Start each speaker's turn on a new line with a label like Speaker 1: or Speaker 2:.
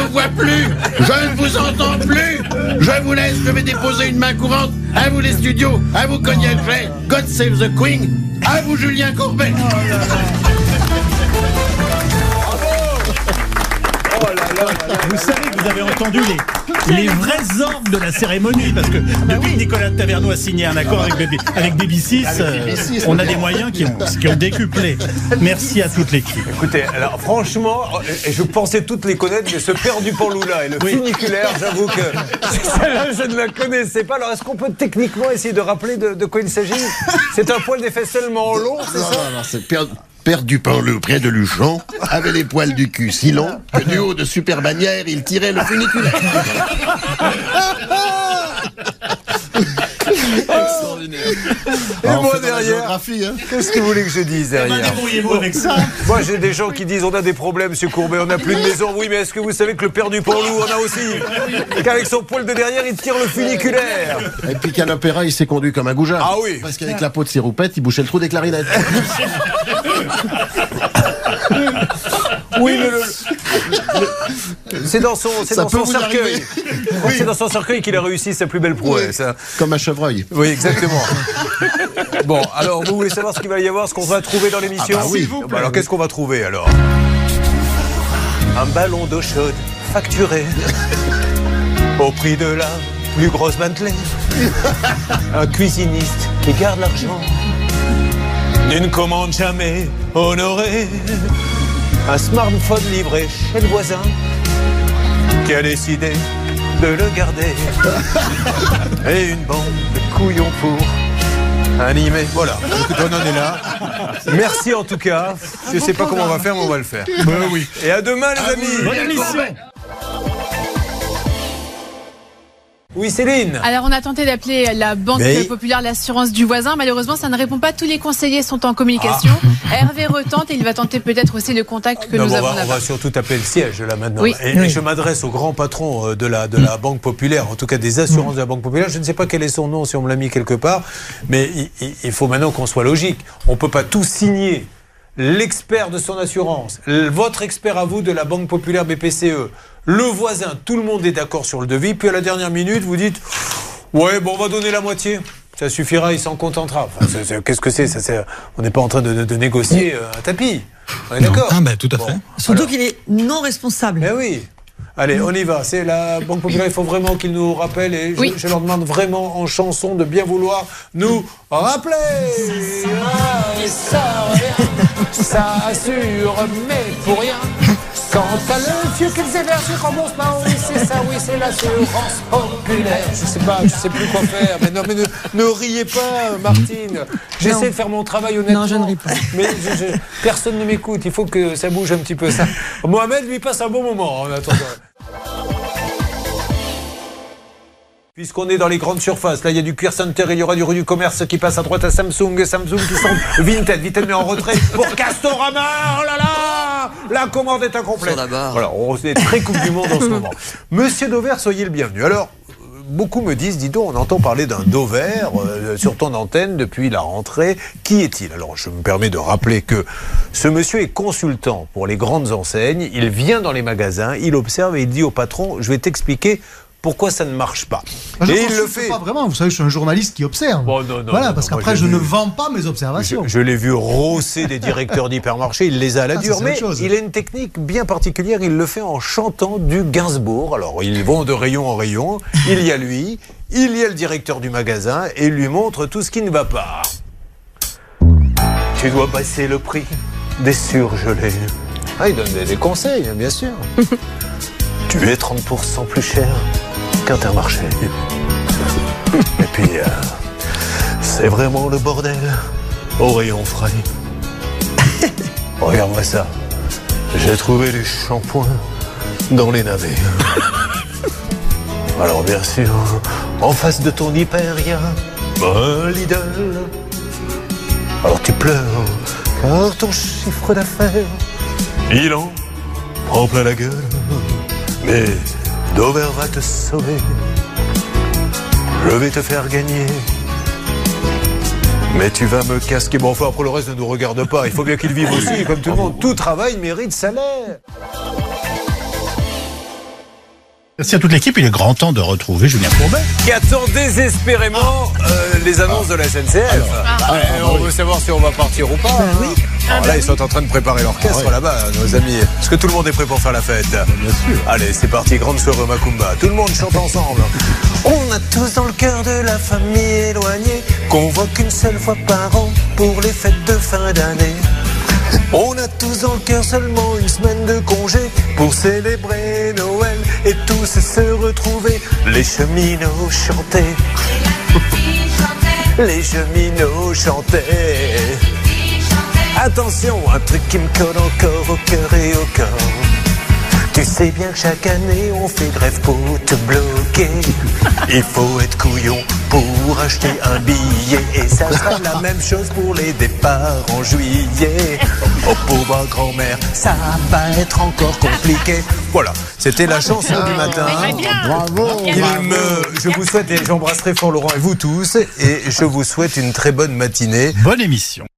Speaker 1: vous vois plus. Je ne vous entends plus. Je vous laisse, je vais déposer une main courante. À vous les studios, à vous Cognac Clay, God Save the Queen, à vous Julien Courbet.
Speaker 2: Vous savez que vous avez entendu les vrais ordres de la cérémonie, parce que depuis que Nicolas Taverneau a signé un accord avec BBC6, on a des moyens qui ont décuplé. Merci à toute l'équipe.
Speaker 3: Écoutez, alors franchement, je pensais toutes les connaître, mais ce père du Panloula et le funiculaire, j'avoue que celle-là, je ne la connaissais pas. Alors est-ce qu'on peut techniquement essayer de rappeler de quoi il s'agit? C'est un poil d'effacement long, c'est ça?
Speaker 1: Non, c'est Père Dupin-le près de Luchon avait les poils du cul si longs que du haut de super bannière, il tirait le funiculaire.
Speaker 3: Extraordinaire. Et moi derrière, qu'est-ce que vous voulez que je dise derrière?
Speaker 2: Débrouillez-vous avec ça.
Speaker 3: Moi j'ai des gens qui disent on a des problèmes, monsieur Courbet, on n'a plus de maison. Oui, mais est-ce que vous savez que le père du Panlou en a aussi? Qu'avec son poil de derrière, il tire le funiculaire.
Speaker 1: Et puis qu'à l'opéra, il s'est conduit comme un goujat.
Speaker 3: Ah oui.
Speaker 1: Parce qu'avec la peau de ses roupettes, il bouchait le trou des clarinettes.
Speaker 3: Oui, mais c'est dans son cercueil. Oui. C'est dans son cercueil qu'il a réussi sa plus belle prouesse.
Speaker 1: Oui. Comme un chevreuil.
Speaker 3: Oui, exactement. Bon, alors vous voulez savoir ce qu'il va y avoir, ce qu'on va trouver dans l'émission?
Speaker 1: Ah bah oui.
Speaker 3: Alors qu'est-ce qu'on va trouver alors? Un ballon d'eau chaude facturé au prix de la plus grosse Bentley. Un cuisiniste qui garde l'argent d'une commande jamais honorée. Un smartphone livré chez le voisin qui a décidé de le garder. Et une bande de couillons pour animer. Voilà, écoute, on en est là. Merci en tout cas. Je ne sais pas comment on va faire, mais on va le faire. Oui. Et à demain les amis.
Speaker 2: Bonne émission.
Speaker 3: Oui, Céline.
Speaker 4: Alors, on a tenté d'appeler la Banque Populaire l'assurance du voisin. Malheureusement, ça ne répond pas. Tous les conseillers sont en communication. Hervé retente et il va tenter peut-être aussi le contact que nous avons là-bas.
Speaker 3: On va surtout taper le siège là maintenant.
Speaker 4: Oui.
Speaker 3: Et je m'adresse au grand patron de la Banque Populaire, en tout cas des assurances de la Banque Populaire. Je ne sais pas quel est son nom, si on me l'a mis quelque part, mais il faut maintenant qu'on soit logique. On ne peut pas tout signer. L'expert de son assurance, votre expert à vous de la Banque Populaire BPCE, le voisin, tout le monde est d'accord sur le devis, puis à la dernière minute, vous dites « Ouais, bon, on va donner la moitié, ça suffira, il s'en contentera. Enfin, » Qu'est-ce que c'est, on n'est pas en train de négocier un tapis. On est d'accord?
Speaker 5: Ah, tout à fait.
Speaker 6: Surtout qu'il est non responsable.
Speaker 3: Mais oui. Allez, on y va. C'est la Banque Populaire. Il faut vraiment qu'ils nous rappellent. Et je leur demande vraiment en chanson de bien vouloir nous rappeler. Ça assure, mais pour rien. Quand t'as le vieux qu'ils hébergent sur remboursement, oui, c'est ça, oui, c'est l'assurance populaire. Je sais plus quoi faire. Mais non, mais ne riez pas, Martine. J'essaie de faire mon travail honnêtement.
Speaker 6: Non, je ne ris pas.
Speaker 3: Mais personne ne m'écoute. Il faut que ça bouge un petit peu, ça. Mohamed lui passe un bon moment en attendant. Puisqu'on est dans les grandes surfaces, là il y a du Cuir Center, il y aura du rue du commerce qui passe à droite à Samsung qui sont Vinted met en retrait pour Castorama. Oh là là, la commande est incomplète. Voilà, on est très Coupe du Monde en ce moment. Monsieur Dauvert, soyez le bienvenu. Alors, beaucoup me disent, dis donc, on entend parler d'un Dauvert sur ton antenne depuis la rentrée. Qui est-il? Alors, je me permets de rappeler que ce monsieur est consultant pour les grandes enseignes. Il vient dans les magasins, il observe et il dit au patron, je vais t'expliquer pourquoi ça ne marche pas.
Speaker 5: Et il le fait. Pas vraiment, vous savez, je suis un journaliste qui observe.
Speaker 3: Bon, non,
Speaker 5: voilà, parce qu'après, je ne vends pas mes observations.
Speaker 3: Je l'ai vu rosser des directeurs d'hypermarché, il les a à la dure, mais il a une technique bien particulière, il le fait en chantant du Gainsbourg. Alors, ils vont de rayon en rayon, il y a lui, il y a le directeur du magasin, et il lui montre tout ce qui ne va pas. Tu dois baisser le prix des surgelés. Ah, il donne des conseils, bien sûr. Tu es 30% plus cher qu'Intermarché. Et puis, c'est vraiment le bordel au rayon frais. Regarde-moi ça. J'ai trouvé du shampoing dans les navets. Alors, bien sûr, en face de ton hyper, il y a un Lidl. Alors, tu pleures, car ton chiffre d'affaires, il en prend plein la gueule. Mais Dover va te sauver. Je vais te faire gagner. Mais tu vas me casquer. Bon, enfin, après le reste ne nous regarde pas. Il faut bien qu'il vive aussi, comme tout le monde. Tout travail mérite salaire.
Speaker 2: Merci à toute l'équipe. Il est grand temps de retrouver Julien Courbet.
Speaker 3: Qui attend désespérément les annonces de la SNCF. On veut savoir si on va partir ou pas. Alors là, ils sont en train de préparer l'orchestre là-bas, nos amis. Est-ce que tout le monde est prêt pour faire la fête?
Speaker 2: Bien sûr.
Speaker 3: Allez, c'est parti, grande soirée au Macumba. Tout le monde chante ensemble. On a tous dans le cœur de la famille éloignée qu'on voit qu'une seule fois par an pour les fêtes de fin d'année. On a tous dans le cœur seulement une semaine de congé pour célébrer Noël et tous se retrouver. Les cheminots chantaient. Les cheminots chantaient. Attention, un truc qui me colle encore au cœur et au corps. Tu sais bien que chaque année on fait grève pour te bloquer. Il faut être couillon pour acheter un billet. Et ça sera la même chose pour les départs en juillet. Oh pauvre grand-mère, ça va être encore compliqué. Voilà, c'était la chanson du matin.
Speaker 1: Bravo.
Speaker 3: Je vous souhaite, et j'embrasserai fort Laurent et vous tous, et je vous souhaite une très bonne matinée.
Speaker 2: Bonne émission.